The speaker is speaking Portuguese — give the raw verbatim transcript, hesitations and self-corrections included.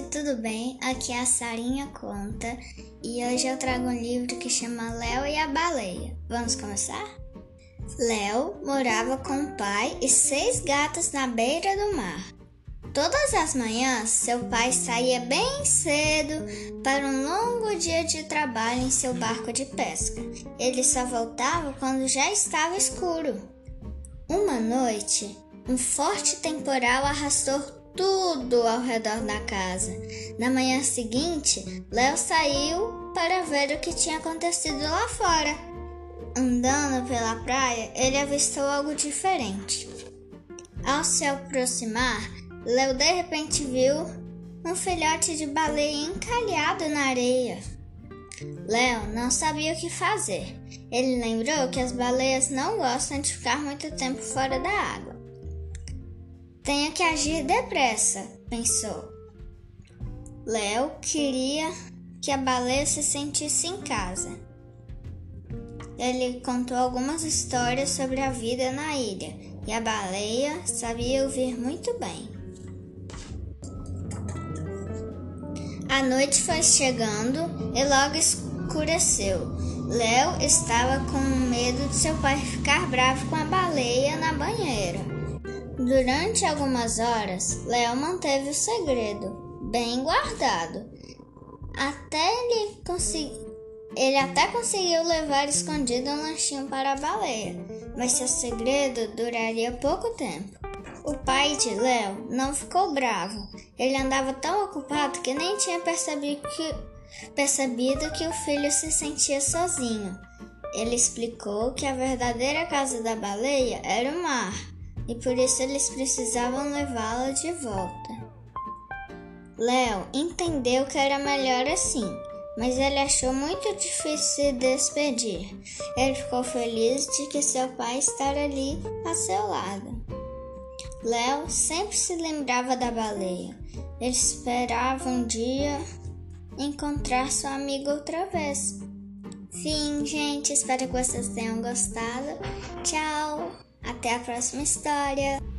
tudo bem? Aqui é a Sarinha Conta e hoje eu trago um livro que chama Léo e a Baleia. Vamos começar? Léo morava com o pai e seis gatos na beira do mar. Todas as manhãs, seu pai saía bem cedo para um longo dia de trabalho em seu barco de pesca. Ele só voltava quando já estava escuro. Uma noite, um forte temporal arrastou tudo ao redor da casa. Na manhã seguinte, Léo saiu para ver o que tinha acontecido lá fora. Andando pela praia, ele avistou algo diferente. Ao se aproximar, Léo de repente viu um filhote de baleia encalhado na areia. Léo não sabia o que fazer. Ele lembrou que as baleias não gostam de ficar muito tempo fora da água. Tenho que agir depressa, pensou. Léo queria que a baleia se sentisse em casa. Ele contou algumas histórias sobre a vida na ilha e a baleia sabia ouvir muito bem. A noite foi chegando e logo escureceu. Léo estava com medo de seu pai ficar bravo com a baleia na banheira. Durante algumas horas, Léo manteve o segredo bem guardado. Até ele conseguir Ele até conseguiu levar escondido um lanchinho para a baleia, mas seu segredo duraria pouco tempo. O pai de Léo não ficou bravo. Ele andava tão ocupado que nem tinha percebido que, percebido que o filho se sentia sozinho. Ele explicou que a verdadeira casa da baleia era o mar, e por isso eles precisavam levá-la de volta. Léo entendeu que era melhor assim, mas ele achou muito difícil se despedir. Ele ficou feliz de que seu pai estar ali a seu lado. Léo sempre se lembrava da baleia. Ele esperava um dia encontrar sua amiga outra vez. Fim, gente. Espero que vocês tenham gostado. Tchau. Até a próxima história.